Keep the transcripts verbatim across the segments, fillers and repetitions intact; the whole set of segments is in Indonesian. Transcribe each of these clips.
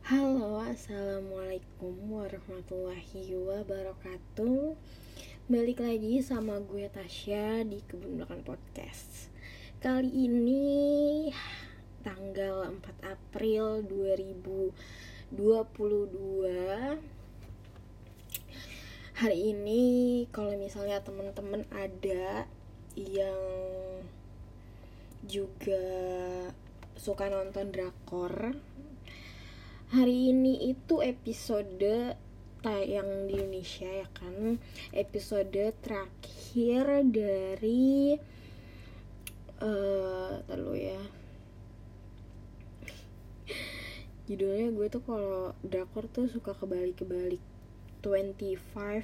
Halo, assalamualaikum warahmatullahi wabarakatuh. Balik lagi sama gue Tasya di Kebun Belakang Podcast. Kali ini tanggal empat April dua ribu dua puluh dua. Hari ini kalau misalnya teman-teman ada yang juga suka nonton drakor, hari ini itu episode tayang di Indonesia ya kan, episode terakhir dari uh, terlalu ya judulnya. Gue tuh kalau drakor tuh suka kebalik-kebalik, twenty-five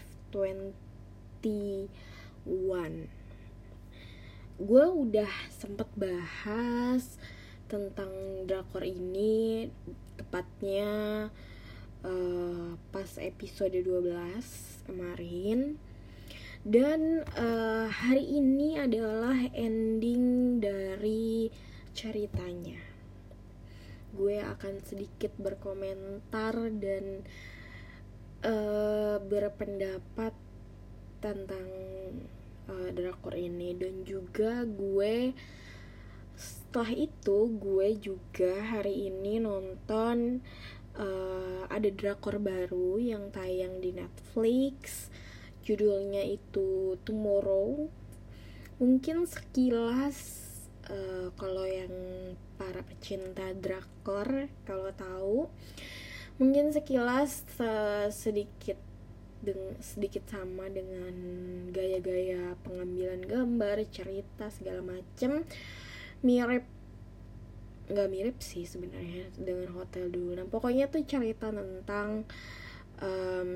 twenty-one. Gue udah sempet bahas tentang drakor ini tepatnya uh, pas episode dua belas kemarin. Dan uh, hari ini adalah ending dari ceritanya. Gue akan sedikit berkomentar dan uh, berpendapat tentang uh, drakor ini. Dan juga gue setelah itu gue juga hari ini nonton uh, ada drakor baru yang tayang di Netflix. Judulnya itu Tomorrow. Mungkin sekilas uh, kalau yang para pecinta drakor kalau tahu, mungkin sekilas uh, sedikit deng- sedikit sama dengan gaya-gaya pengambilan gambar, cerita segala macem. Mirip, nggak mirip sih sebenarnya dengan Hotel dulu. Nah pokoknya tuh cerita tentang um,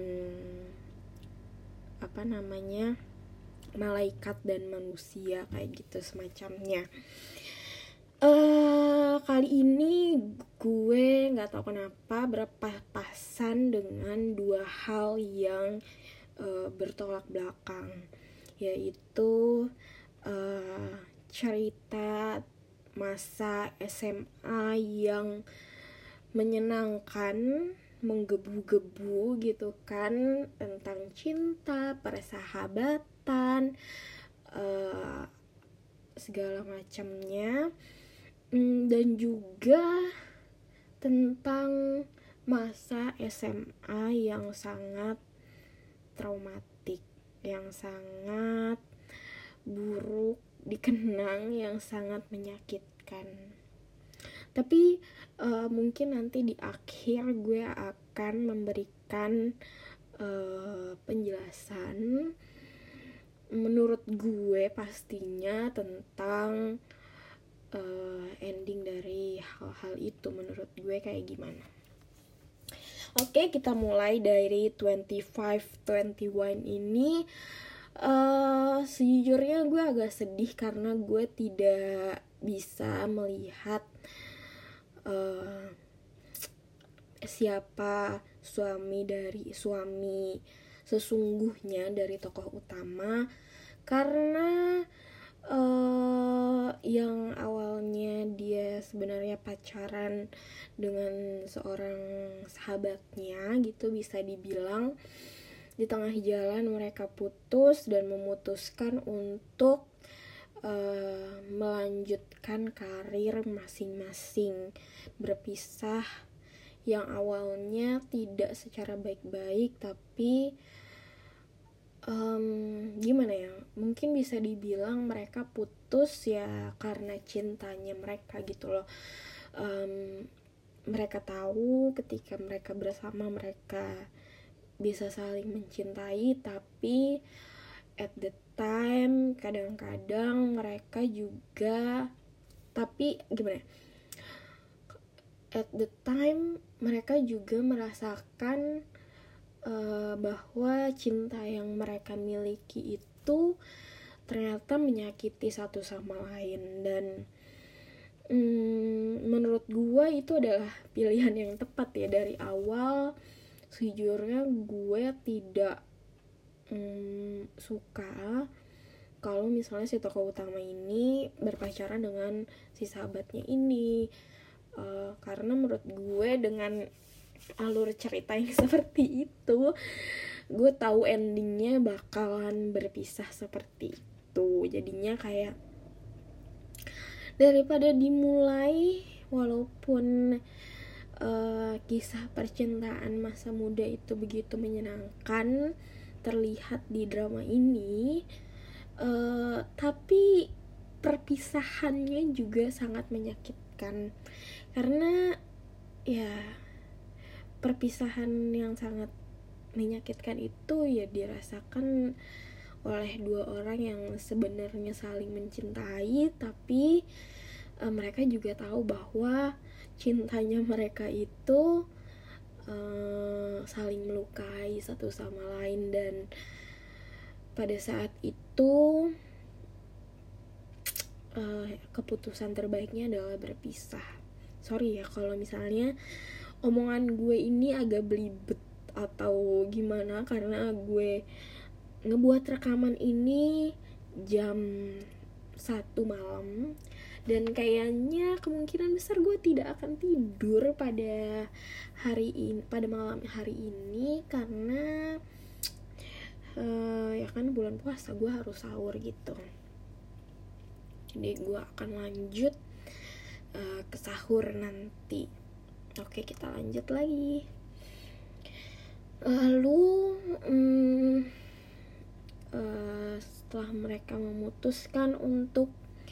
apa namanya malaikat dan manusia kayak gitu semacamnya. Uh, kali ini gue nggak tahu kenapa berpapasan dengan dua hal yang uh, bertolak belakang, yaitu uh, cerita masa S M A yang menyenangkan, menggebu-gebu gitu kan, tentang cinta, persahabatan, uh, segala macamnya, hmm, dan juga tentang masa S M A yang sangat traumatik, yang sangat buruk dikenang, yang sangat menyakitkan. Tapi uh, mungkin nanti di akhir gue akan memberikan uh, penjelasan menurut gue pastinya tentang uh, ending dari hal-hal itu menurut gue kayak gimana. Oke, kita mulai dari twenty-five twenty-one ini. Uh, sejujurnya gue agak sedih karena gue tidak bisa melihat uh, siapa suami dari suami sesungguhnya dari tokoh utama, karena uh, yang awalnya dia sebenarnya pacaran dengan seorang sahabatnya gitu, bisa dibilang di tengah jalan mereka putus dan memutuskan untuk uh, melanjutkan karir masing-masing, berpisah yang awalnya tidak secara baik-baik, tapi um, gimana ya, mungkin bisa dibilang mereka putus ya karena cintanya mereka gitu loh. Um, mereka tahu ketika mereka bersama mereka bisa saling mencintai, tapi at the time kadang-kadang mereka juga tapi gimana at the time mereka juga merasakan uh, bahwa cinta yang mereka miliki itu ternyata menyakiti satu sama lain. Dan hmm, menurut gue itu adalah pilihan yang tepat ya dari awal. Sejujurnya gue tidak hmm, suka kalau misalnya si tokoh utama ini berpacaran dengan si sahabatnya ini, uh, karena menurut gue dengan alur cerita yang seperti itu. Gue tahu endingnya bakalan berpisah seperti itu. Jadinya kayak daripada dimulai, walaupun uh, kisah percintaan masa muda itu begitu menyenangkan terlihat di drama ini, uh, tapi perpisahannya juga sangat menyakitkan. Karena ya perpisahan yang sangat menyakitkan itu ya dirasakan oleh dua orang yang sebenarnya saling mencintai, tapi uh, mereka juga tahu bahwa cintanya mereka itu uh, saling melukai satu sama lain, dan pada saat itu uh, keputusan terbaiknya adalah berpisah. Sorry ya kalau misalnya omongan gue ini agak belibet atau gimana, karena gue ngebuat rekaman ini jam satu malam, dan kayaknya kemungkinan besar gue tidak akan tidur pada hari ini, pada malam hari ini, karena uh, ya kan bulan puasa, gue harus sahur gitu. Jadi gue akan lanjut uh, ke sahur nanti. Oke, kita lanjut lagi. Lalu hmm, uh, setelah mereka memutuskan untuk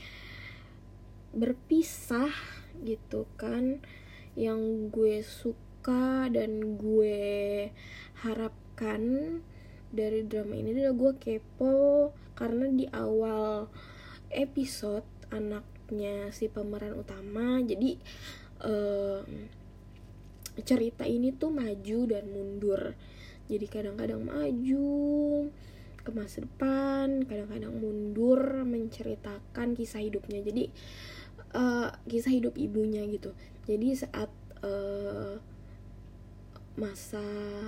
berpisah gitu kan, yang gue suka dan gue harapkan dari drama ini adalah gue kepo, karena di awal episode anaknya si pemeran utama, jadi uh, cerita ini tuh maju dan mundur. Jadi kadang-kadang maju ke masa depan, kadang-kadang mundur menceritakan kisah hidupnya. Jadi uh, kisah hidup ibunya gitu. Jadi saat uh, masa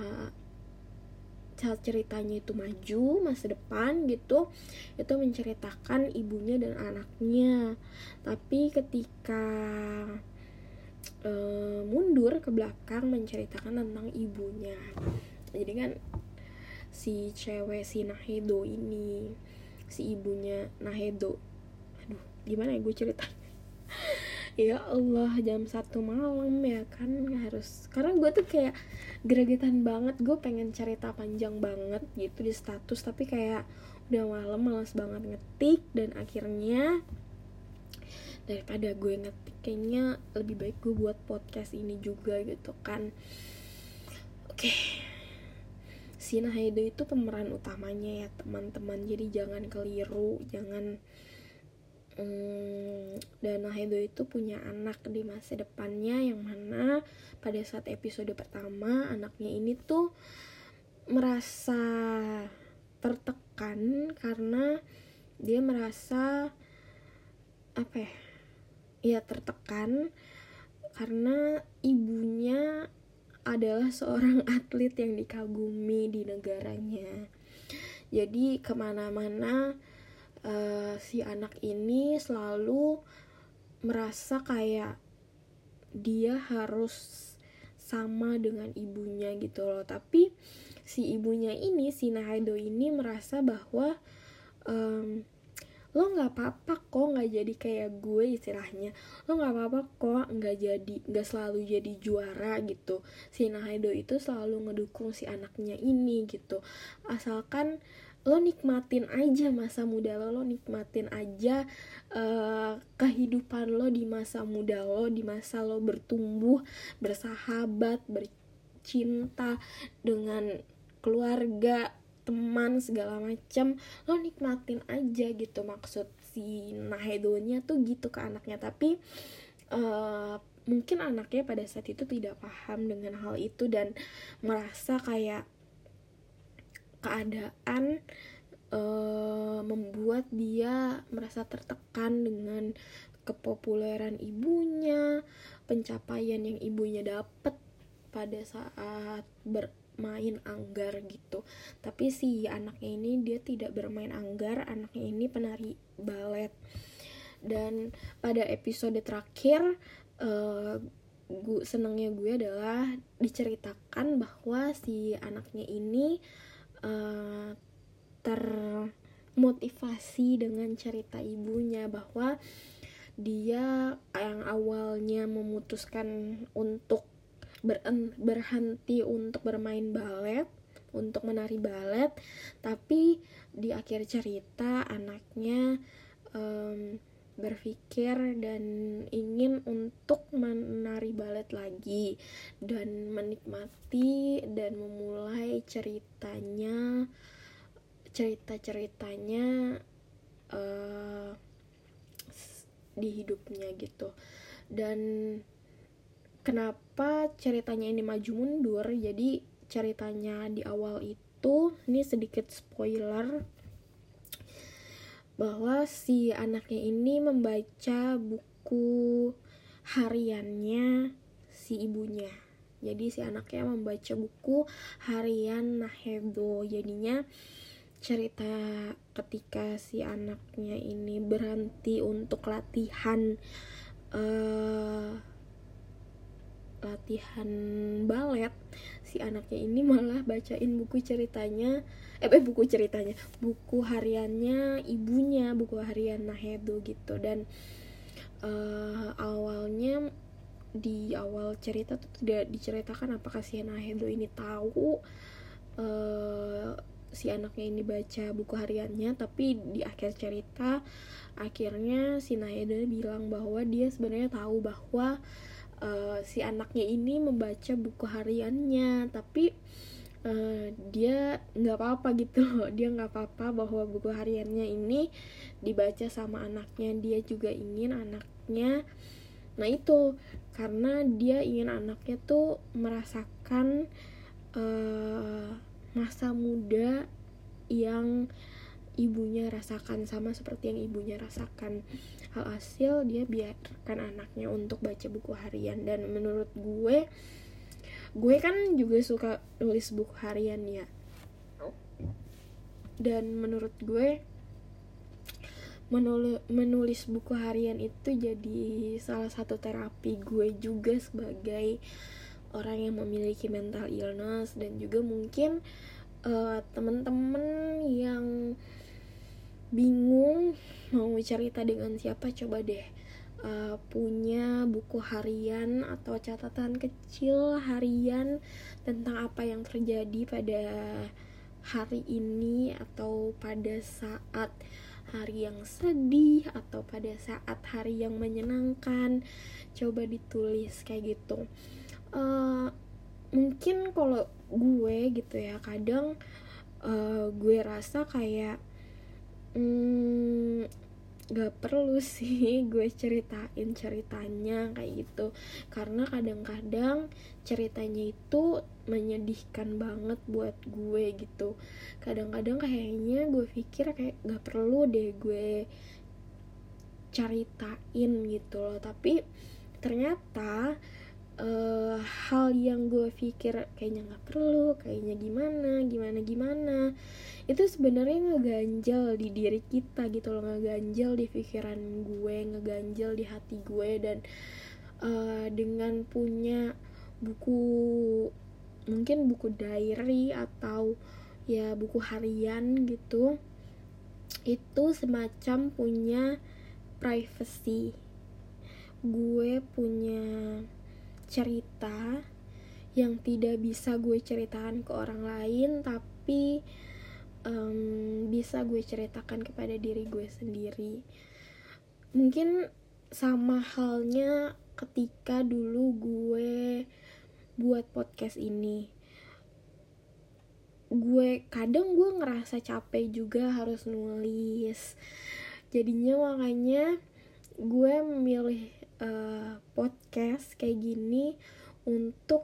saat ceritanya itu maju, masa depan gitu, itu menceritakan ibunya dan anaknya. Tapi ketika Uh, mundur ke belakang menceritakan tentang ibunya. Jadi kan si cewek si Nahedo ini, si ibunya Nahedo, aduh gimana ya gue ceritanya. Ya Allah, jam satu malam ya kan, harus, karena gue tuh kayak gregetan banget, gue pengen cerita panjang banget gitu di status, tapi kayak udah malam, malas banget ngetik, dan akhirnya daripada gue ngetik, kayaknya lebih baik gue buat podcast ini juga gitu kan. Oke, okay. Si Nahedo itu pemeran utamanya ya teman-teman, jadi jangan keliru, jangan hmm, dan Nahedo itu punya anak di masa depannya, yang mana pada saat episode pertama anaknya ini tuh merasa tertekan karena dia merasa apa ya ya tertekan karena ibunya adalah seorang atlet yang dikagumi di negaranya. Jadi kemana-mana uh, si anak ini selalu merasa kayak dia harus sama dengan ibunya gitu loh. Tapi si ibunya ini, si Nahedo ini merasa bahwa um, lo nggak apa-apa kok nggak jadi kayak gue, istilahnya lo nggak apa-apa kok nggak jadi nggak selalu jadi juara gitu. Si Nahedo itu selalu ngedukung si anaknya ini gitu, asalkan lo nikmatin aja masa muda lo, lo nikmatin aja uh, kehidupan lo di masa muda lo, di masa lo bertumbuh, bersahabat, bercinta dengan keluarga, teman, segala macam, lo nikmatin aja gitu. Maksud si Nahedo-nya tuh gitu ke anaknya. Tapi uh, mungkin anaknya pada saat itu tidak paham dengan hal itu dan merasa kayak keadaan uh, membuat dia merasa tertekan dengan kepopuleran ibunya, pencapaian yang ibunya dapat pada saat ber main anggar gitu. Tapi si anaknya ini dia tidak bermain anggar, anaknya ini penari balet. Dan pada episode terakhir uh, gue senangnya gue adalah diceritakan bahwa si anaknya ini uh, termotivasi dengan cerita ibunya, bahwa dia yang awalnya memutuskan untuk beren- berhenti untuk bermain balet, untuk menari balet, tapi di akhir cerita anaknya um, berpikir dan ingin untuk menari balet lagi dan menikmati dan memulai ceritanya cerita-ceritanya uh, di hidupnya gitu. Dan kenapa ceritanya ini maju mundur, jadi ceritanya di awal itu, ini sedikit spoiler, bahwa si anaknya ini membaca buku hariannya si ibunya. Jadi si anaknya membaca buku harian Nahedho. Jadinya cerita ketika si anaknya ini berhenti untuk latihan uh, latihan balet, si anaknya ini malah bacain buku ceritanya eh, eh buku ceritanya buku hariannya ibunya, buku harian Nahedho gitu. Dan uh, awalnya di awal cerita tuh tidak diceritakan apakah si Nahedho ini tahu uh, si anaknya ini baca buku hariannya, tapi di akhir cerita akhirnya si Nahedho bilang bahwa dia sebenarnya tahu bahwa Uh, si anaknya ini membaca buku hariannya, tapi uh, dia nggak apa-apa gitu loh, dia nggak apa-apa bahwa buku hariannya ini dibaca sama anaknya. Dia juga ingin anaknya, nah itu karena dia ingin anaknya tuh merasakan uh, masa muda yang ibunya rasakan, sama seperti yang ibunya rasakan. Alhasil dia biarkan anaknya untuk baca buku harian. Dan menurut gue gue kan juga suka nulis buku harian ya, dan menurut gue menul- menulis buku harian itu jadi salah satu terapi gue juga sebagai orang yang memiliki mental illness. Dan juga mungkin uh, teman-teman yang bingung mau cerita dengan siapa, coba deh uh, punya buku harian atau catatan kecil harian tentang apa yang terjadi pada hari ini, atau pada saat hari yang sedih, atau pada saat hari yang menyenangkan. Coba ditulis kayak gitu. Uh, mungkin kalau gue gitu ya, kadang uh, gue rasa kayak Hmm, gak perlu sih gue ceritain ceritanya kayak gitu, karena kadang-kadang ceritanya itu menyedihkan banget buat gue gitu. Kadang-kadang kayaknya gue pikir kayak gak perlu deh gue ceritain gitu loh, tapi ternyata uh, hal yang gue pikir kayaknya gak perlu, kayaknya gimana gimana gimana itu sebenarnya ngeganjel di diri kita gitu loh, ngeganjel di pikiran gue, ngeganjel di hati gue. Dan uh, dengan punya buku, mungkin buku diary atau ya buku harian gitu, itu semacam punya privacy. Gue punya cerita yang tidak bisa gue ceritakan ke orang lain, tapi Um, bisa gue ceritakan kepada diri gue sendiri. Mungkin sama halnya ketika dulu gue buat podcast ini, gue kadang gue ngerasa capek juga harus nulis. Jadinya makanya gue memilih uh, podcast kayak gini untuk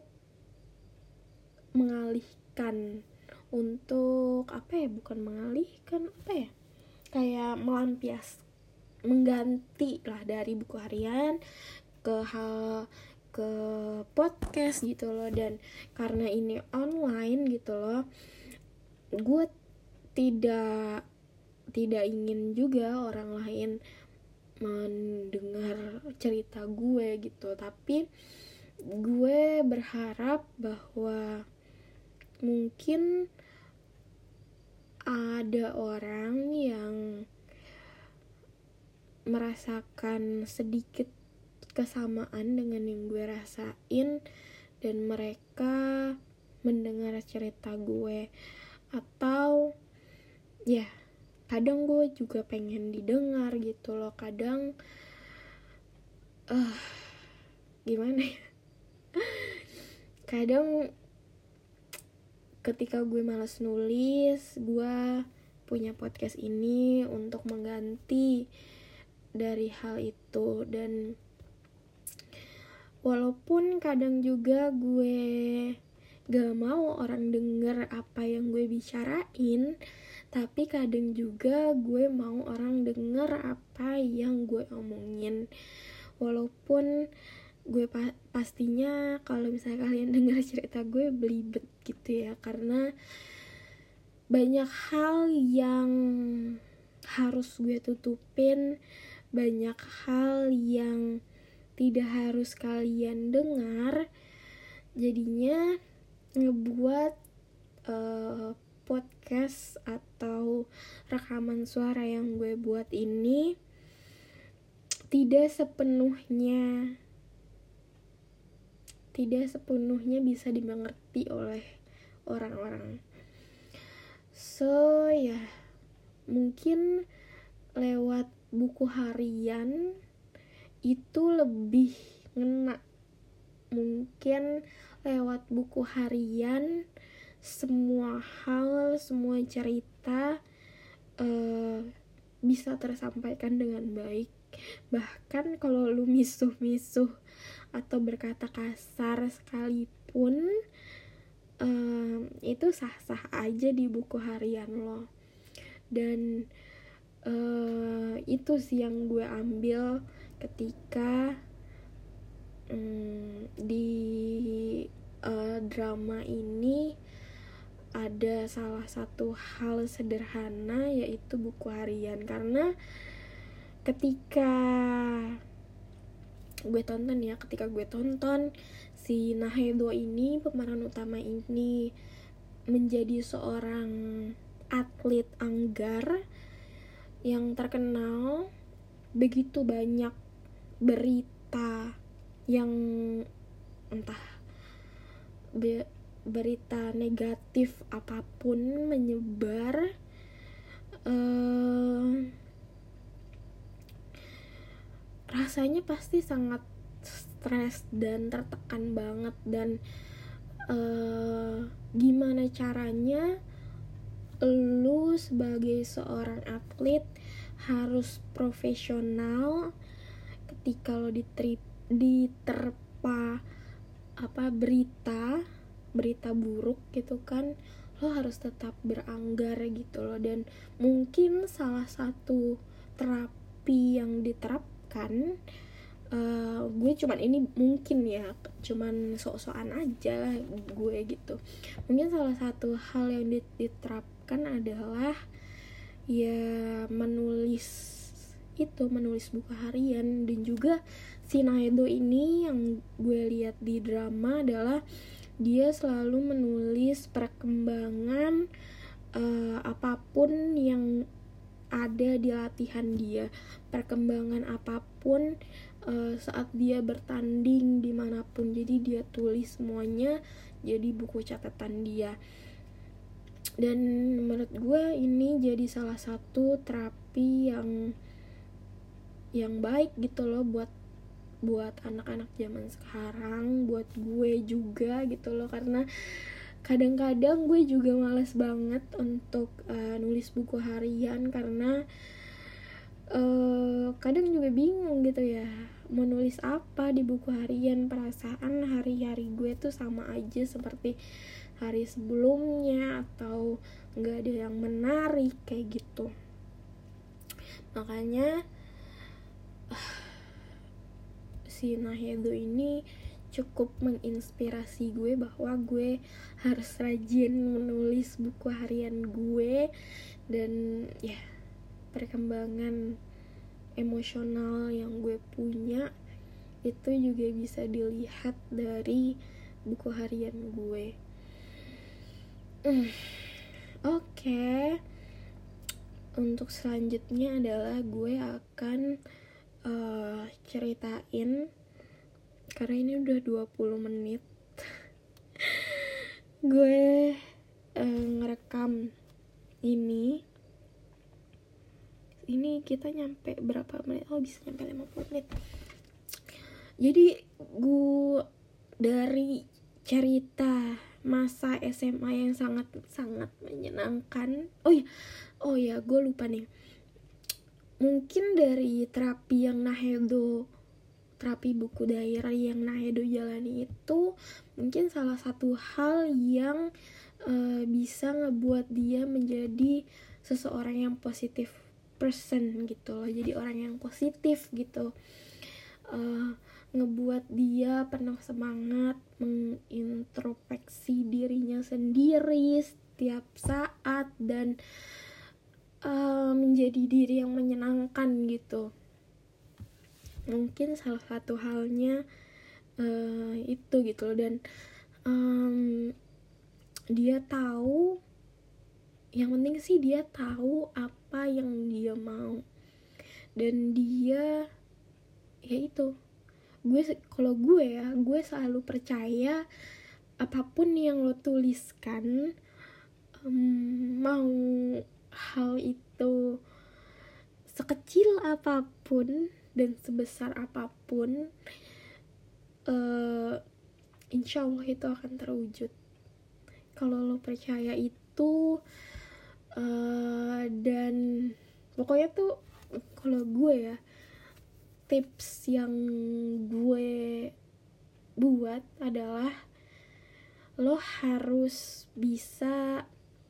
mengalihkan, untuk apa ya, bukan mengalihkan, apa ya, kayak melampias, mengganti lah dari buku harian ke hal ke podcast gitu loh. Dan karena ini online gitu loh, gue tidak tidak ingin juga orang lain mendengar cerita gue gitu, tapi gue berharap bahwa mungkin ada orang yang merasakan sedikit kesamaan dengan yang gue rasain dan mereka mendengar cerita gue. Atau ya kadang gue juga pengen didengar gitu loh. Kadang uh, gimana ya, kadang ketika gue malas nulis, gue punya podcast ini untuk mengganti dari hal itu. Dan walaupun kadang juga gue gak mau orang denger apa yang gue bicarain, tapi kadang juga gue mau orang denger apa yang gue omongin. Walaupun gue pa- pastinya kalau misalnya kalian dengar cerita gue belibet gitu ya, karena banyak hal yang harus gue tutupin, banyak hal yang tidak harus kalian dengar. Jadinya ngebuat uh, podcast atau rekaman suara yang gue buat ini tidak sepenuhnya tidak sepenuhnya bisa dimengerti oleh orang-orang. So ya, mungkin lewat buku harian itu lebih ngena. Mungkin lewat buku harian semua hal, semua cerita uh, bisa tersampaikan dengan baik. Bahkan kalau lu misuh-misuh atau berkata kasar sekalipun, um, itu sah-sah aja di buku harian lo. Dan uh, itu sih yang gue ambil ketika um, di uh, drama ini ada salah satu hal sederhana, yaitu buku harian. Karena ketika gue tonton ya, ketika gue tonton si Nahedo ini, pemeran utama ini menjadi seorang atlet anggar yang terkenal, begitu banyak berita yang entah be- berita negatif apapun menyebar, uh, rasanya pasti sangat stres dan tertekan banget. Dan uh, gimana caranya lu sebagai seorang atlet harus profesional ketika lo diterip, diterpa apa berita berita buruk gitu kan, lo harus tetap beranggar gitu loh. Dan mungkin salah satu terapi yang diterapkan, uh, gue cuman ini mungkin ya cuman sok-sokan aja gue gitu, mungkin salah satu hal yang diterapkan adalah ya menulis itu, menulis buku harian. Dan juga si Naedo ini yang gue lihat di drama adalah dia selalu menulis perkembangan uh, apapun yang ada di latihan dia, perkembangan apapun uh, saat dia bertanding dimanapun. Jadi dia tulis semuanya jadi buku catatan dia. Dan menurut gue ini jadi salah satu terapi yang yang baik gitu loh buat buat anak-anak zaman sekarang, buat gue juga gitu loh. Karena kadang-kadang gue juga malas banget untuk uh, nulis buku harian, karena uh, kadang juga bingung gitu ya mau nulis apa di buku harian. Perasaan hari-hari gue tuh sama aja seperti hari sebelumnya, atau gak ada yang menarik kayak gitu. Makanya uh, si Nahedo ini cukup menginspirasi gue bahwa gue harus rajin menulis buku harian gue. Dan ya, perkembangan emosional yang gue punya itu juga bisa dilihat dari buku harian gue. hmm. Oke, okay. Untuk selanjutnya adalah gue akan uh, ceritain, karena ini udah dua puluh menit gue uh, ngerekam ini. Ini kita nyampe berapa menit? Oh, bisa nyampe lima puluh menit. Jadi gue dari cerita masa S M A yang sangat-sangat menyenangkan. Oh iya, oh ya, gue lupa nih. Mungkin dari terapi yang Nahedo, terapi buku diary yang Nahedo jalani itu, mungkin salah satu hal yang uh, bisa ngebuat dia menjadi seseorang yang positif person gitu loh. Jadi orang yang positif gitu. Uh, ngebuat dia penuh semangat, mengintrospeksi dirinya sendiri setiap saat, dan uh, menjadi diri yang menyenangkan gitu. Mungkin salah satu halnya uh, itu gitu loh. Dan um, dia tahu, yang penting sih dia tahu apa yang dia mau, dan dia ya itu, gue kalau gue ya gue selalu percaya apapun yang lo tuliskan, um, mau hal itu sekecil apapun dan sebesar apapun, uh, insya Allah itu akan terwujud kalau lo percaya itu. Uh, dan pokoknya tuh kalau gue ya, tips yang gue buat adalah lo harus bisa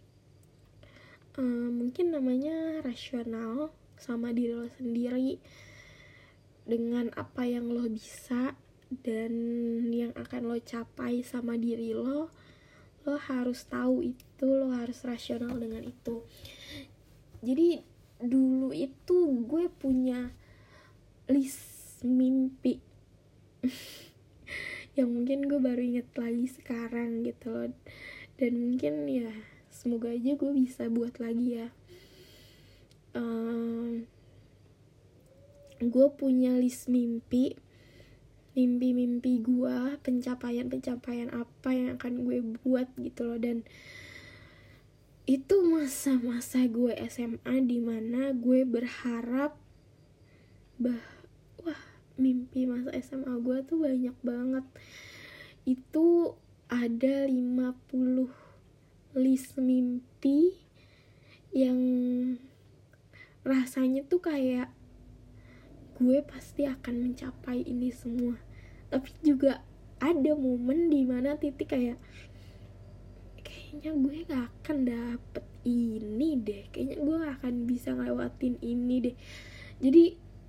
uh, mungkin namanya rasional sama diri lo sendiri dengan apa yang lo bisa dan yang akan lo capai sama diri lo. Lo harus tahu itu, lo harus rasional dengan itu. Jadi dulu itu gue punya list mimpi yang mungkin gue baru inget lagi sekarang gitu loh. Dan mungkin ya semoga aja gue bisa buat lagi ya. um, Gue punya list mimpi, mimpi-mimpi gue, pencapaian-pencapaian apa yang akan gue buat gitu loh. Dan itu masa-masa gue S M A dimana gue berharap bah wah mimpi masa S M A gue tuh banyak banget. Itu ada lima puluh list mimpi yang rasanya tuh kayak gue pasti akan mencapai ini semua. Tapi juga ada momen dimana titik kayak kayaknya gue gak akan dapet ini deh, kayaknya gue gak akan bisa ngelewatin ini deh. Jadi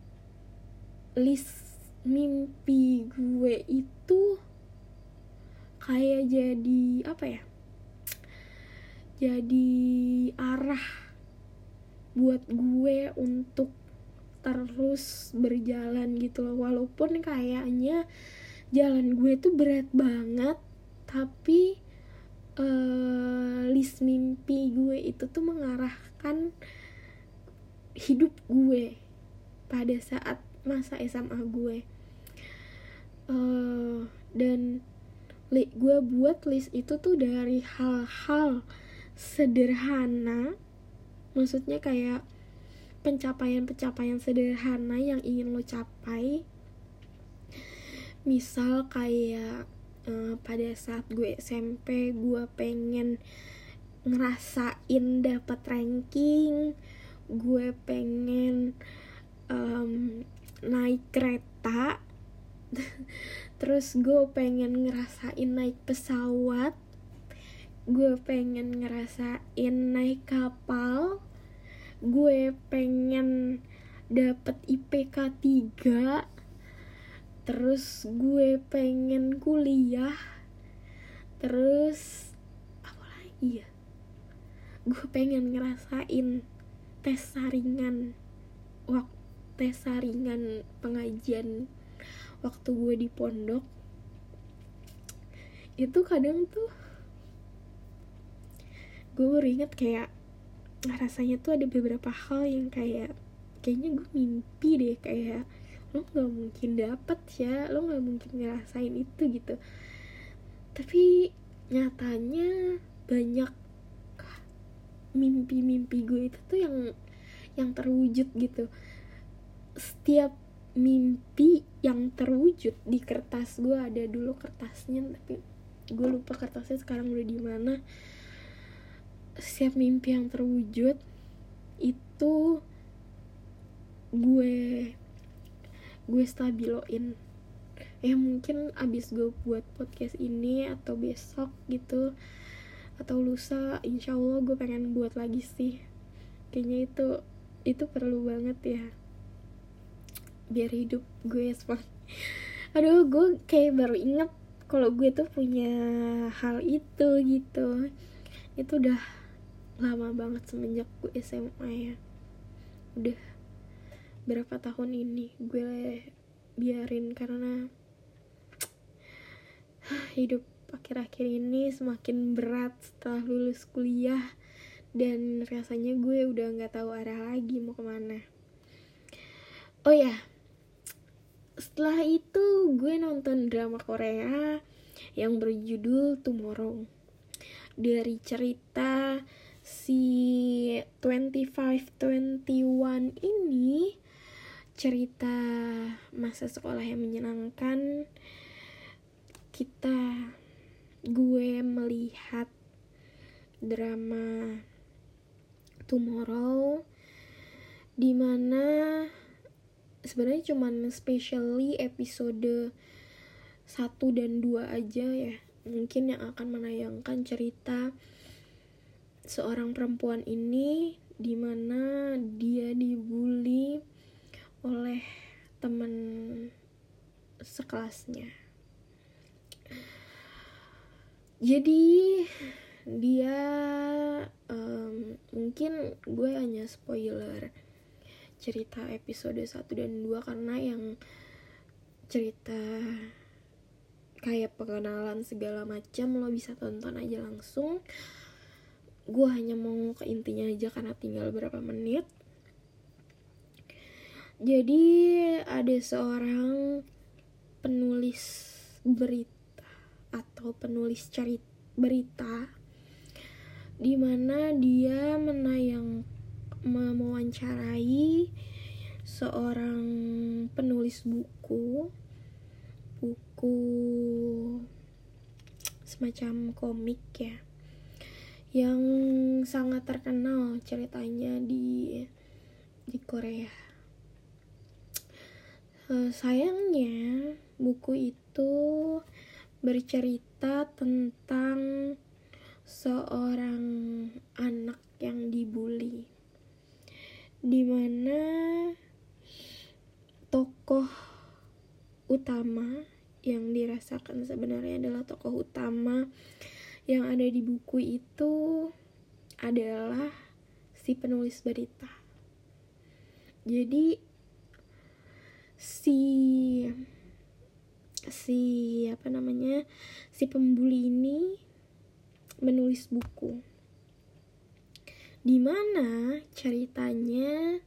list mimpi gue itu kayak jadi apa ya, jadi arah buat gue untuk terus berjalan gitu loh. Walaupun kayaknya jalan gue tuh berat banget, tapi uh, list mimpi gue itu tuh mengarahkan hidup gue pada saat masa S M A gue. uh, Dan li- gue buat list itu tuh dari hal-hal sederhana, maksudnya kayak pencapaian-pencapaian sederhana yang ingin lo capai. Misal kayak uh, pada saat gue S M P gue pengen ngerasain dapat ranking, gue pengen um, naik kereta terus gue pengen ngerasain naik pesawat, gue pengen ngerasain naik kapal, gue pengen dapet I P K tiga, terus gue pengen kuliah, terus apa lagi ya, gue pengen ngerasain tes saringan waktu tes saringan pengajian waktu gue di pondok itu kadang tuh gue baru inget kayak rasanya tuh ada beberapa hal yang kayak kayaknya gue mimpi deh, kayak lo nggak mungkin dapet ya, lo nggak mungkin ngerasain itu gitu. Tapi nyatanya banyak mimpi-mimpi gue itu tuh yang yang terwujud gitu. Setiap mimpi yang terwujud di kertas, gue ada dulu kertasnya tapi gue lupa kertasnya sekarang udah di mana. Setiap mimpi yang terwujud itu gue gue stabiloin. Ya mungkin abis gue buat podcast ini atau besok gitu atau lusa, insya Allah gue pengen buat lagi sih. Kayaknya itu itu perlu banget ya biar hidup gue semangat. Aduh, gue kayak baru inget kalau gue tuh punya hal itu gitu. Itu udah lama banget semenjak gue S M A ya. Udah berapa tahun ini gue biarin karena hidup akhir-akhir ini semakin berat setelah lulus kuliah dan rasanya gue udah nggak tahu arah lagi mau kemana. Oh ya, setelah itu gue nonton drama Korea yang berjudul Tomorrow. Dari cerita si twenty-five twenty-one ini, cerita masa sekolah yang menyenangkan. Kita gue melihat drama Tomorrow dimana sebenarnya cuman specially episode satu dan dua aja ya mungkin yang akan menayangkan cerita seorang perempuan ini dimana dia dibully oleh teman sekelasnya. Jadi dia um, mungkin gue hanya spoiler cerita episode satu dan dua karena yang cerita kayak pengenalan segala macam lo bisa tonton aja langsung. Gue hanya mau ke intinya aja karena tinggal berapa menit. Jadi ada seorang penulis berita atau penulis cerita berita di mana dia menayang mewawancarai seorang penulis buku buku semacam komik ya yang sangat terkenal ceritanya di di Korea. Uh, sayangnya buku itu bercerita tentang seorang anak yang dibully, dimana tokoh utama yang dirasakan sebenarnya adalah tokoh utama yang ada di buku itu adalah si penulis berita. Jadi si si apa namanya si pembuli ini menulis buku di mana ceritanya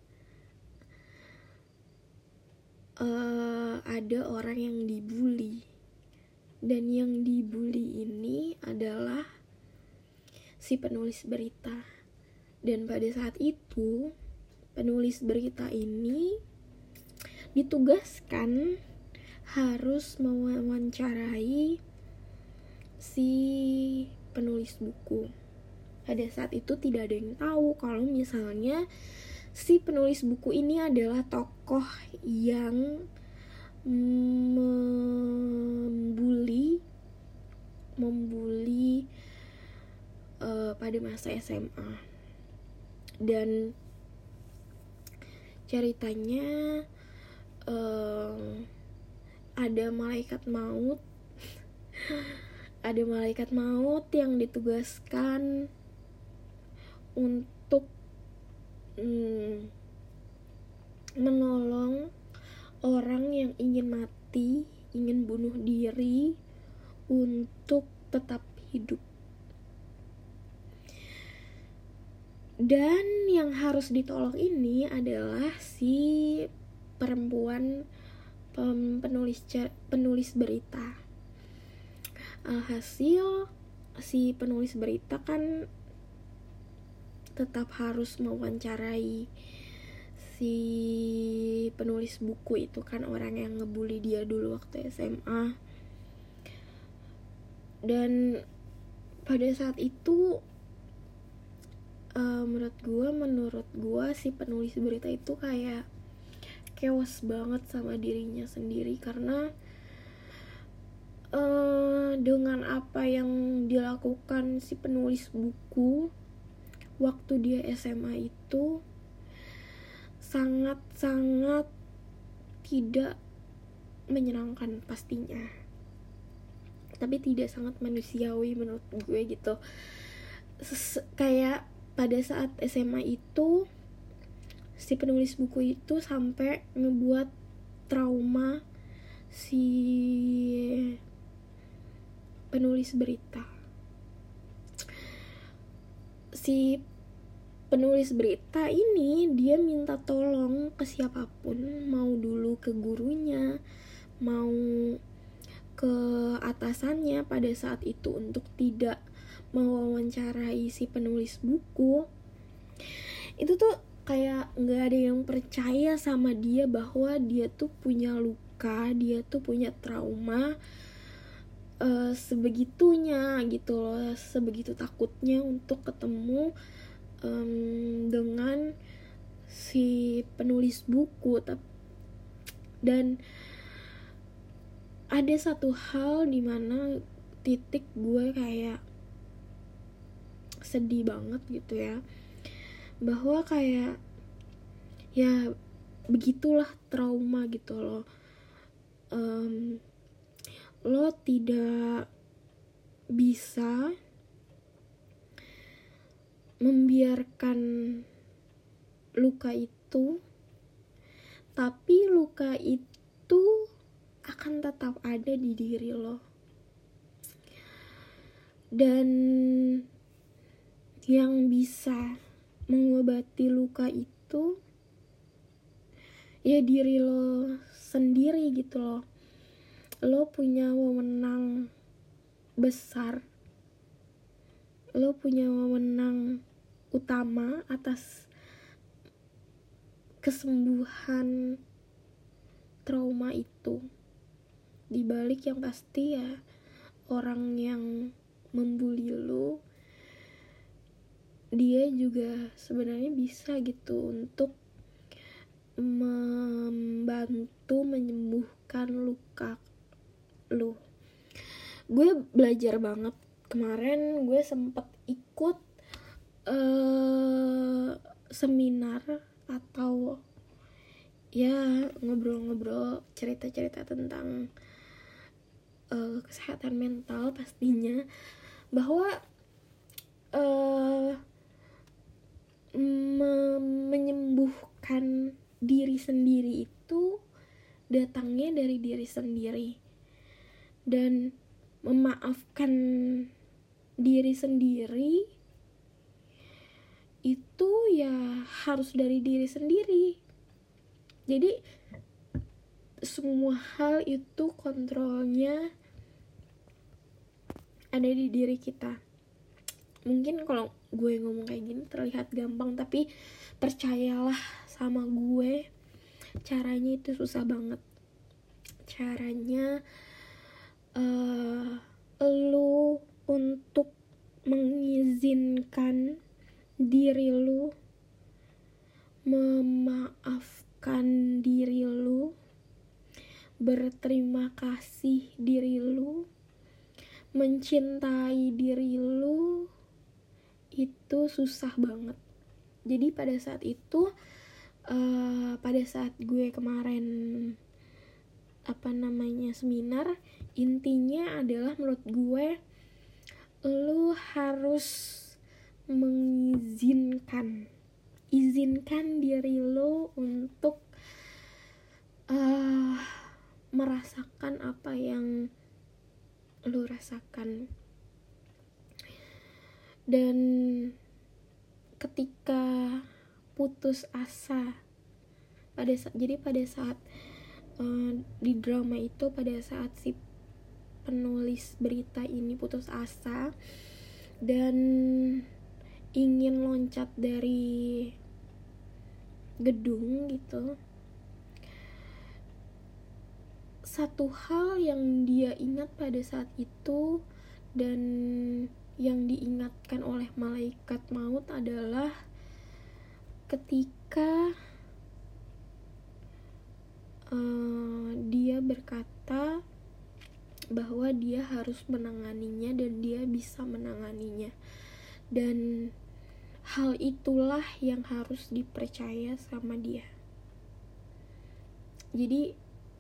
uh, ada orang yang dibully dan yang dibully ini adalah si penulis berita. Dan pada saat itu penulis berita ini ditugaskan harus mewawancarai si penulis buku. Pada saat itu tidak ada yang tahu kalau misalnya si penulis buku ini adalah tokoh yang membuli membuli uh, pada masa S M A. Dan ceritanya uh, ada malaikat maut ada malaikat maut yang ditugaskan untuk mm, menolong orang yang ingin mati mati, ingin bunuh diri untuk tetap hidup. Dan yang harus ditolong ini adalah si perempuan penulis penulis berita. Alhasil si penulis berita kan tetap harus mewawancarai si penulis buku itu kan, orang yang ngebully dia dulu waktu S M A. Dan pada saat itu uh, menurut gue menurut gue si penulis berita itu kayak chaos banget sama dirinya sendiri, karena uh, dengan apa yang dilakukan si penulis buku waktu dia S M A itu sangat-sangat tidak menyenangkan pastinya, tapi tidak sangat manusiawi menurut gue gitu. Ses- kayak pada saat S M A itu si penulis buku itu sampai ngebuat trauma si penulis berita. Si penulis berita ini dia minta tolong ke siapapun, mau dulu ke gurunya, mau ke atasannya pada saat itu, untuk tidak mewawancarai si penulis buku. Itu tuh kayak nggak ada yang percaya sama dia bahwa dia tuh punya luka, dia tuh punya trauma uh, sebegitunya gitu loh, sebegitu takutnya untuk ketemu um, dengan si penulis buku. Dan ada satu hal dimana titik gue kayak sedih banget gitu ya, bahwa kayak ya begitulah trauma gitu loh. um, lo tidak bisa membiarkan luka itu, tapi luka itu akan tetap ada di diri lo. Dan yang bisa mengobati luka itu ya diri lo sendiri gitu loh. Lo punya wewenang besar, lo punya wewenang utama atas kesembuhan trauma itu. Di balik yang pasti ya orang yang membuli lo, dia juga sebenarnya bisa gitu untuk membantu menyembuhkan luka lu. Gue belajar banget kemarin, gue sempet ikut uh, seminar atau ya ngobrol-ngobrol, cerita-cerita tentang uh, kesehatan mental pastinya, bahwa uh, me- menyembuhkan diri sendiri itu datangnya dari diri sendiri, dan memaafkan diri sendiri itu ya harus dari diri sendiri. Jadi semua hal itu kontrolnya ada di diri kita. Mungkin kalau gue ngomong kayak gini terlihat gampang, tapi percayalah sama gue, caranya itu susah banget. Caranya uh, lu untuk mengizinkan diri lu, memaafkan diri lu, berterima kasih diri lu, mencintai diri lu, itu susah banget. Jadi pada saat itu uh, pada saat gue kemarin apa namanya seminar, intinya adalah menurut gue lu harus mengizinkan izinkan diri lu untuk uh, merasakan apa yang lu rasakan. Dan ketika putus asa pada saat, jadi pada saat uh, di drama itu, pada saat si penulis berita ini putus asa dan ingin loncat dari gedung gitu, satu hal yang dia ingat pada saat itu dan yang diingatkan oleh malaikat maut adalah ketika uh, dia berkata bahwa dia harus menanganinya dan dia bisa menanganinya, dan hal itulah yang harus dipercaya sama dia. Jadi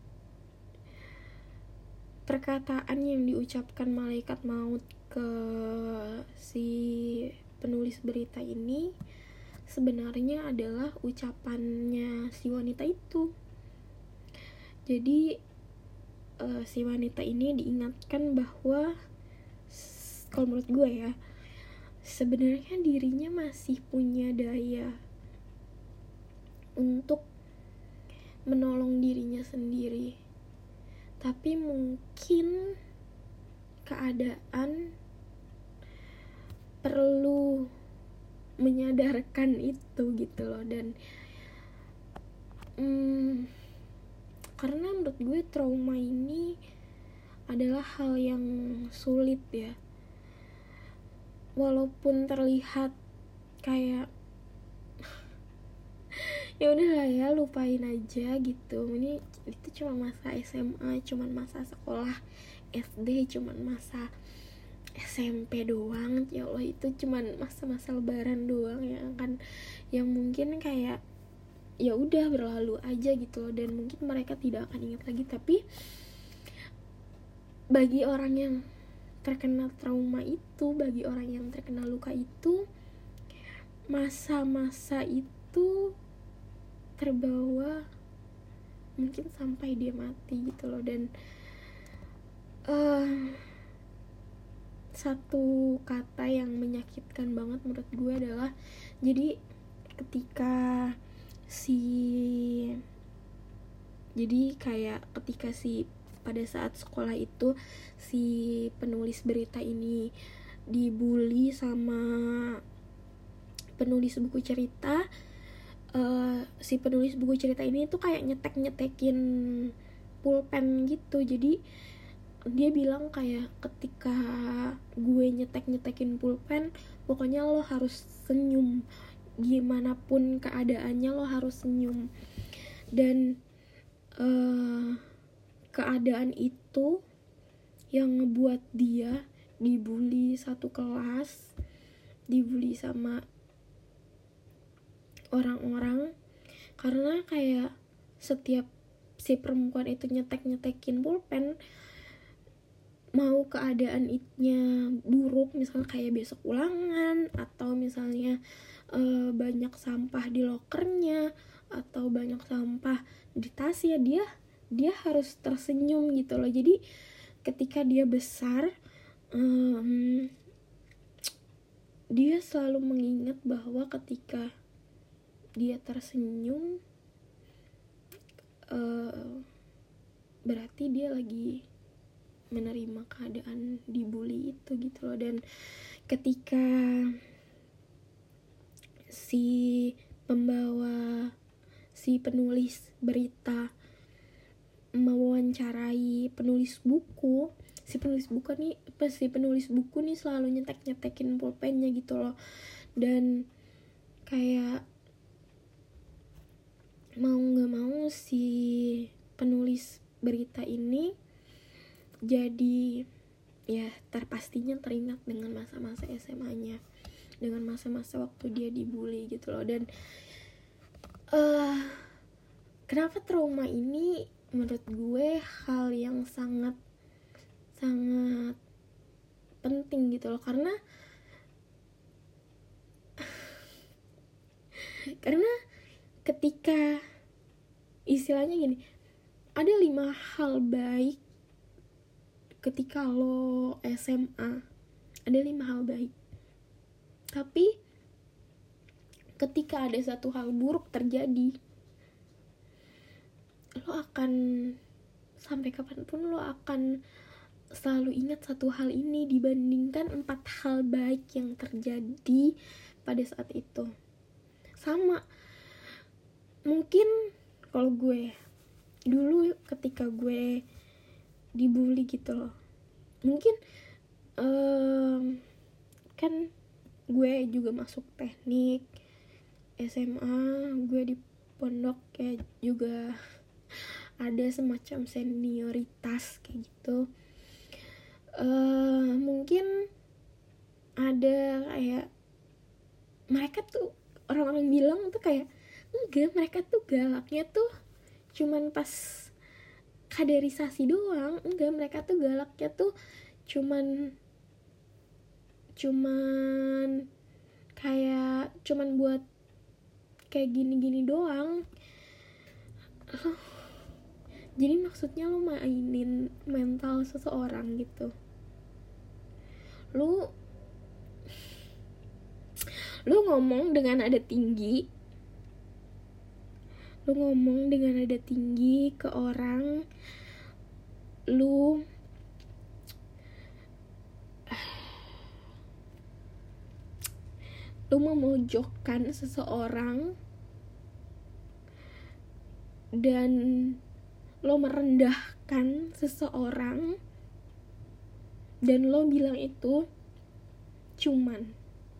perkataan yang diucapkan malaikat maut ke si penulis berita ini sebenarnya adalah ucapannya si wanita itu. Jadi uh, si wanita ini diingatkan bahwa, kalau menurut gue ya, sebenarnya dirinya masih punya daya untuk menolong dirinya sendiri, tapi mungkin keadaan perlu menyadarkan itu gitu loh. Dan hmm, karena menurut gue trauma ini adalah hal yang sulit ya, walaupun terlihat kayak ya udahlah ya, lupain aja gitu, ini itu cuma masa S M A, cuma masa sekolah S D, cuma masa S M P doang, ya Allah itu cuma masa-masa lebaran doang ya kan, yang mungkin kayak ya udah berlalu aja gitu loh, dan mungkin mereka tidak akan ingat lagi. Tapi bagi orang yang terkena trauma itu, bagi orang yang terkena luka itu, masa-masa itu terbawa mungkin sampai dia mati gitu loh. Dan uh, satu kata yang menyakitkan banget menurut gue adalah, jadi ketika si jadi kayak ketika si pada saat sekolah itu si penulis berita ini dibully sama penulis buku cerita, uh, si penulis buku cerita ini tuh kayak nyetek-nyetekin pulpen gitu. Jadi dia bilang kayak, ketika gue nyetek-nyetekin pulpen, pokoknya lo harus senyum, gimana pun keadaannya lo harus senyum. Dan uh, keadaan itu yang ngebuat dia dibully satu kelas, dibully sama orang-orang, karena kayak setiap si perempuan itu nyetek-nyetekin pulpen, mau keadaannya buruk, misalnya kayak besok ulangan, atau misalnya uh, banyak sampah di lokernya, atau banyak sampah di tasnya, dia dia harus tersenyum gitu loh. Jadi ketika dia besar, um, dia selalu mengingat bahwa ketika dia tersenyum, uh, berarti dia lagi menerima keadaan dibully itu gitu loh. Dan ketika si pembawa, si penulis berita mewawancarai penulis buku, si penulis buku nih si penulis buku nih selalu nyetek-nyetekin pulpennya gitu loh. Dan kayak mau nggak mau si penulis berita ini jadi ya terpastinya teringat dengan masa-masa S M A-nya, dengan masa-masa waktu dia dibully gitu loh. Dan uh, kenapa trauma ini menurut gue hal yang sangat sangat penting gitu loh, karena karena ketika istilahnya gini, ada lima hal baik ketika lo S M A. Ada lima hal baik. Tapi ketika ada satu hal buruk terjadi, lo akan sampai kapanpun lo akan selalu ingat satu hal ini dibandingkan empat hal baik yang terjadi pada saat itu. Sama, mungkin kalau gue dulu ketika gue dibully gitu loh, mungkin um, kan gue juga masuk teknik S M A, gue di pondok ya juga ada semacam senioritas kayak gitu. Uh, mungkin ada kayak mereka tuh, orang-orang bilang tuh kayak enggak, mereka tuh galaknya tuh cuman pas kaderisasi doang. Enggak, mereka tuh galaknya tuh cuman cuman kayak cuman buat kayak gini-gini doang. Jadi maksudnya lo mainin mental seseorang gitu. Lu Lu ngomong dengan nada tinggi. Lu ngomong dengan nada tinggi ke orang. Lu Lu memojokkan seseorang. Dan lo merendahkan seseorang. Dan lo bilang itu cuman.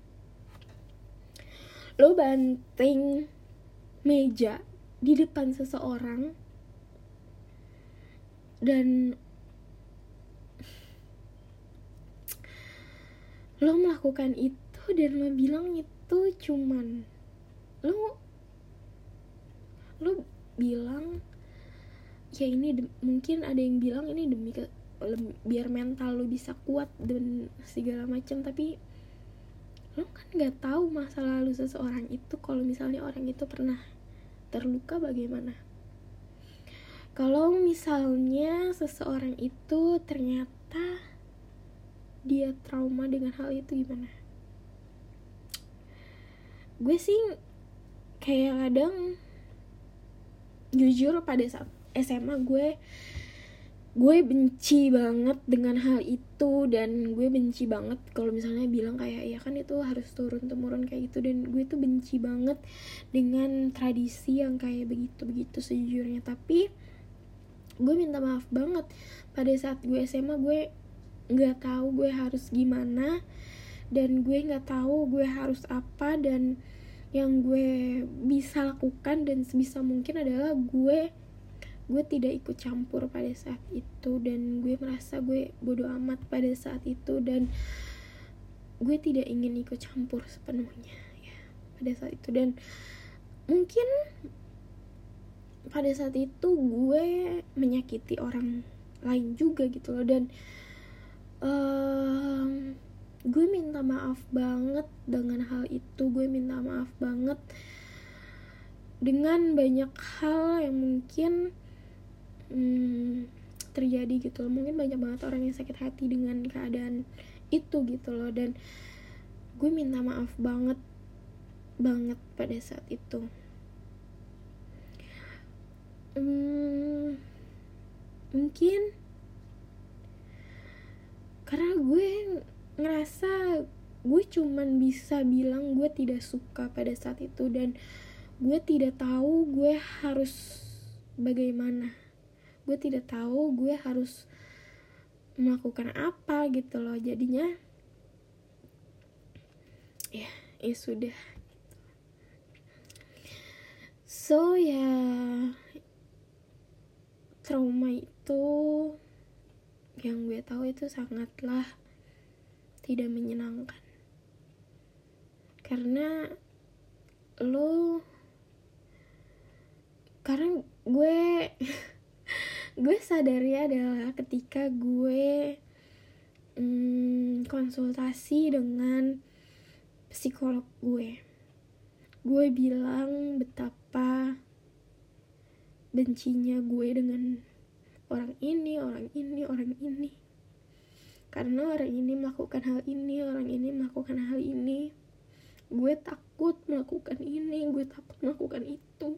Lo banting meja di depan seseorang. Dan lo melakukan itu dan lo bilang itu cuman. Lo Lo bilang ya ini de- mungkin ada yang bilang ini demi ke, le- biar mental lo bisa kuat dan segala macam, tapi lo kan nggak tahu masa lalu seseorang itu. Kalau misalnya orang itu pernah terluka bagaimana? Kalau misalnya seseorang itu ternyata dia trauma dengan hal itu, gimana? Gue sih kayak kadang jujur pada saat S M A gue gue benci banget dengan hal itu. Dan gue benci banget kalau misalnya bilang kayak ya kan itu harus turun temurun kayak gitu. Dan gue tuh benci banget dengan tradisi yang kayak begitu-begitu sejujurnya. Tapi gue minta maaf banget, pada saat gue S M A gue gak tahu gue harus gimana, dan gue gak tahu gue harus apa. Dan yang gue bisa lakukan dan sebisa mungkin adalah gue gue tidak ikut campur pada saat itu. Dan gue merasa gue bodoh amat pada saat itu, dan gue tidak ingin ikut campur sepenuhnya ya pada saat itu. Dan mungkin pada saat itu gue menyakiti orang lain juga gitu loh. Dan um, gue minta maaf banget dengan hal itu. Gue minta maaf banget dengan banyak hal yang mungkin hmm, terjadi gitu loh. Mungkin banyak banget orang yang sakit hati dengan keadaan itu gitu loh. Dan gue minta maaf banget banget pada saat itu. hmm, Mungkin karena gue ngerasa gue cuman bisa bilang gue tidak suka pada saat itu, dan gue tidak tahu gue harus bagaimana. Gue tidak tahu gue harus melakukan apa gitu loh. Jadinya ya, ya sudah. So ya, trauma itu yang gue tahu itu sangatlah tidak menyenangkan. Karena lo karena gue gue sadarnya adalah ketika gue hmm, konsultasi dengan psikolog gue gue bilang betapa bencinya gue dengan orang ini, orang ini, orang ini. Karena orang ini melakukan hal ini, orang ini melakukan hal ini. Gue takut melakukan ini, gue takut melakukan itu.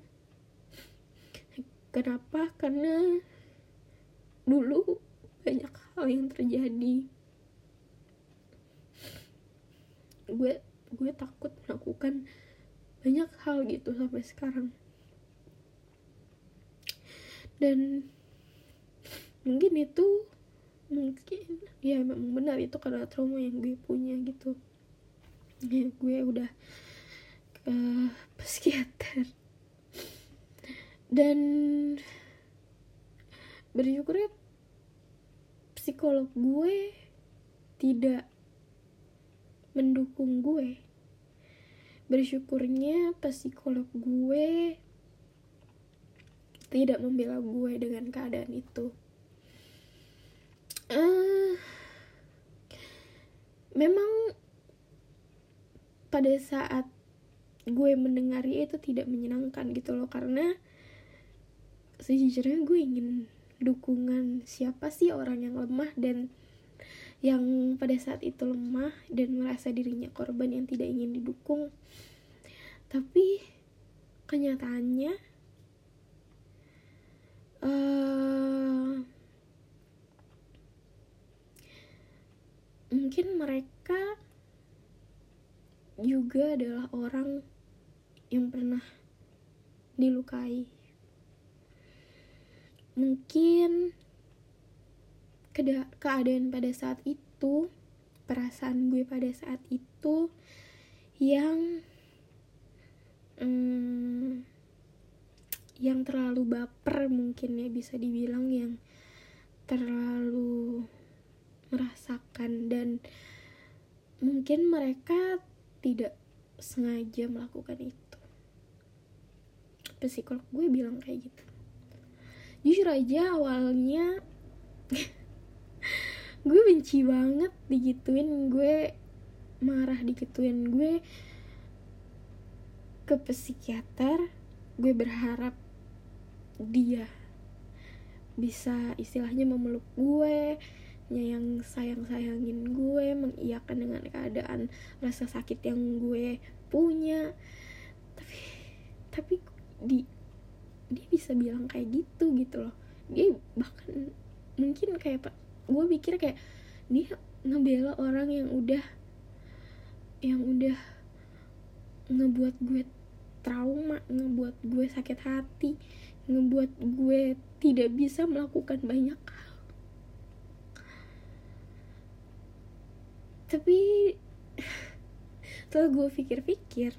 Kenapa? Karena dulu banyak hal yang terjadi. Gue gue takut melakukan banyak hal gitu sampai sekarang. Dan mungkin itu mungkin ya memang benar itu karena trauma yang gue punya gitu. Ya, gue udah ke psikiater dan bersyukurnya psikolog gue tidak mendukung gue. Bersyukurnya psikolog gue tidak membela gue dengan keadaan itu. Uh, memang pada saat gue mendengarnya itu tidak menyenangkan gitu loh, karena sejujurnya gue ingin dukungan siapa sih orang yang lemah dan yang pada saat itu lemah dan merasa dirinya korban yang tidak ingin didukung. Tapi kenyataannya uh, mungkin mereka juga adalah orang yang pernah dilukai. Mungkin keda- keadaan pada saat itu, perasaan gue pada saat itu yang hmm, yang terlalu baper, mungkin ya bisa dibilang, yang terlalu merasakan, dan mungkin mereka tidak sengaja melakukan itu. Psikolog gue bilang kayak gitu. Jujur aja awalnya gue benci banget digituin, gue marah digituin. Gue ke psikiater, gue berharap dia bisa istilahnya memeluk gue, yang sayang-sayangin gue, mengiyakan dengan keadaan rasa sakit yang gue punya. Tapi tapi di dia bisa bilang kayak gitu gitu loh. Dia bahkan mungkin kayak pak, gue pikir kayak dia ngebela orang yang udah yang udah ngebuat gue trauma, ngebuat gue sakit hati, ngebuat gue tidak bisa melakukan banyak hal. Tapi setelah gue pikir-pikir,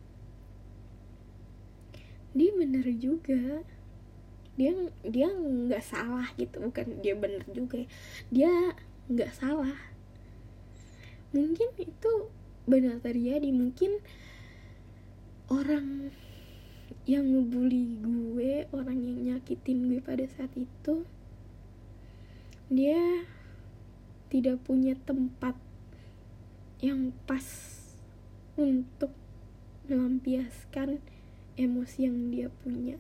dia bener juga. Dia dia nggak salah gitu, bukan dia bener juga. Dia nggak salah. Mungkin itu benar terjadi. Mungkin orang yang ngebully gue, orang yang nyakitin gue pada saat itu, dia tidak punya tempat yang pas untuk melampiaskan emosi yang dia punya.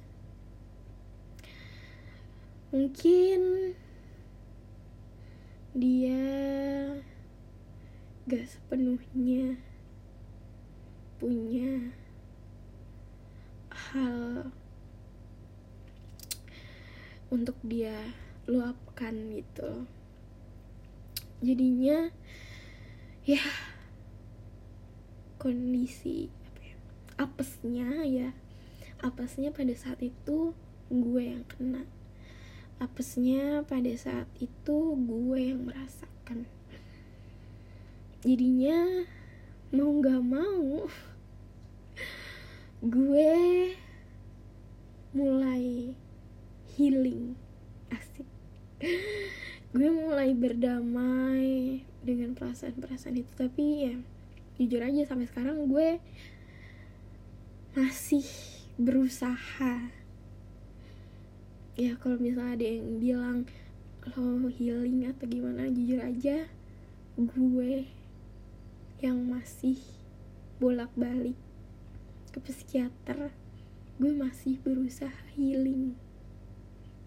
Mungkin dia gak sepenuhnya punya hal untuk dia luapkan gitu. Jadinya ya kondisi apa ya, apesnya ya apesnya pada saat itu gue yang kena. Apesnya pada saat itu gue yang merasakan. Jadinya mau gak mau gue mulai healing. Asik. Gue mulai berdamai dengan perasaan-perasaan itu. Tapi ya jujur aja sampai sekarang gue masih berusaha. Ya kalau misalnya ada yang bilang lo healing atau gimana, jujur aja gue yang masih bolak-balik ke psikiater. Gue masih berusaha healing.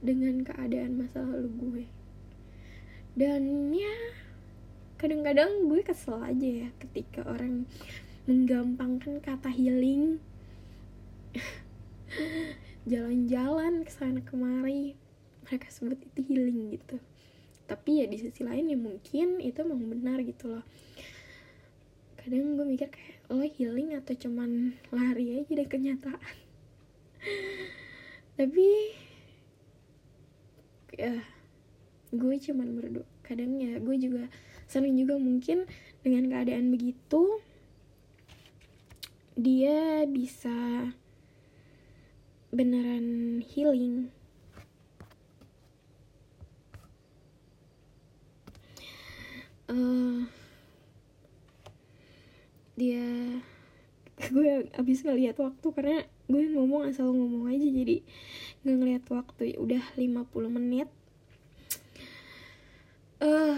dengan keadaan masa lalu gue. Dan ya kadang-kadang gue kesel aja ya ketika orang menggampangkan kata healing. Jalan-jalan kesana kemari mereka sebut itu healing gitu. Tapi ya di sisi lain ya mungkin itu emang benar gitu loh. Kadang gue mikir kayak, lo healing atau cuman lari aja dari kenyataan. Tapi ya gue cuman berdoa. Kadang ya gue juga senang juga mungkin dengan keadaan begitu dia bisa beneran healing. Uh, dia gue abis ngeliat waktu karena gue ngomong asal ngomong aja jadi nggak ngeliat waktu. Udah lima puluh menit. uh,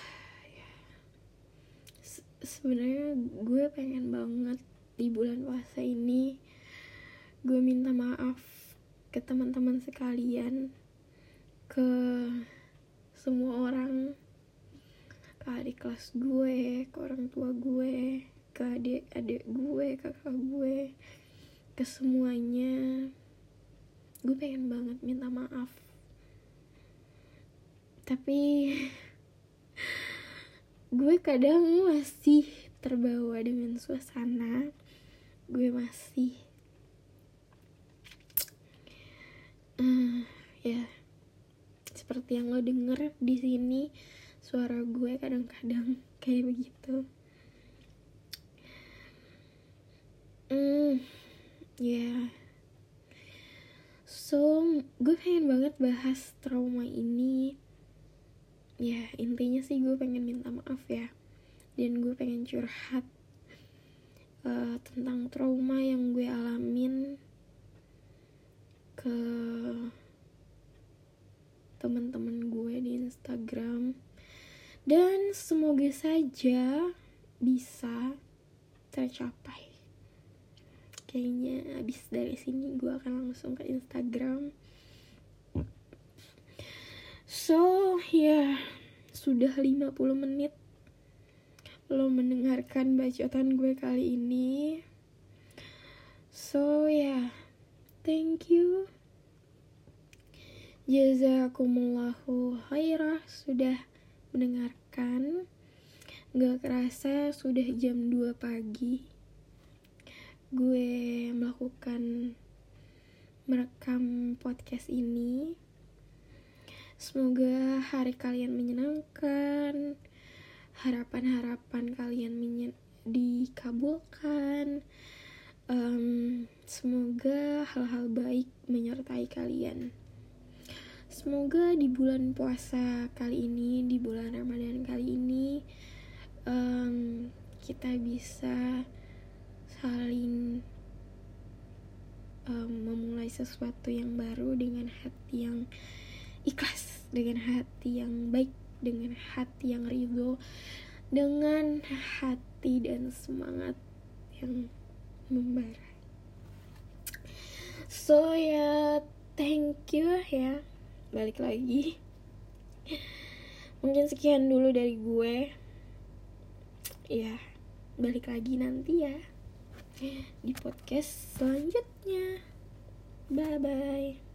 se- sebenarnya gue pengen banget di bulan puasa ini gue minta maaf ke teman-teman sekalian, ke semua orang, ke adik kelas gue, ke orang tua gue, ke adik-adik gue, kakak gue, ke semuanya. Gue pengen banget minta maaf, tapi gue kadang masih terbawa dengan suasana. Gue masih uh, ya seperti yang lo denger di sini, suara gue kadang-kadang kayak begitu. Hmm, ya. Yeah. So, gue pengen banget bahas trauma ini. Ya, intinya sih gue pengen minta maaf ya. Dan gue pengen curhat uh, tentang trauma yang gue alamin ke teman-teman gue di Instagram. Dan semoga saja bisa tercapai. Kayaknya abis dari sini gue akan langsung ke Instagram. So ya yeah, sudah lima puluh menit lo mendengarkan bacotan gue kali ini. So ya yeah, thank you, jazakumullahu khairah sudah mendengarkan. Gak kerasa sudah jam dua pagi gue melakukan merekam podcast ini. Semoga hari kalian menyenangkan, harapan-harapan kalian menyen- dikabulkan. Um, semoga hal-hal baik menyertai kalian. Semoga di bulan puasa kali ini, di bulan Ramadan kali ini, um, kita bisa saling um, memulai sesuatu yang baru dengan hati yang ikhlas, dengan hati yang baik, dengan hati yang ridho, dengan hati dan semangat yang membara. So ya yeah, thank you ya. Balik lagi. Mungkin sekian dulu dari gue. Ya, balik lagi nanti ya di podcast selanjutnya. Bye bye.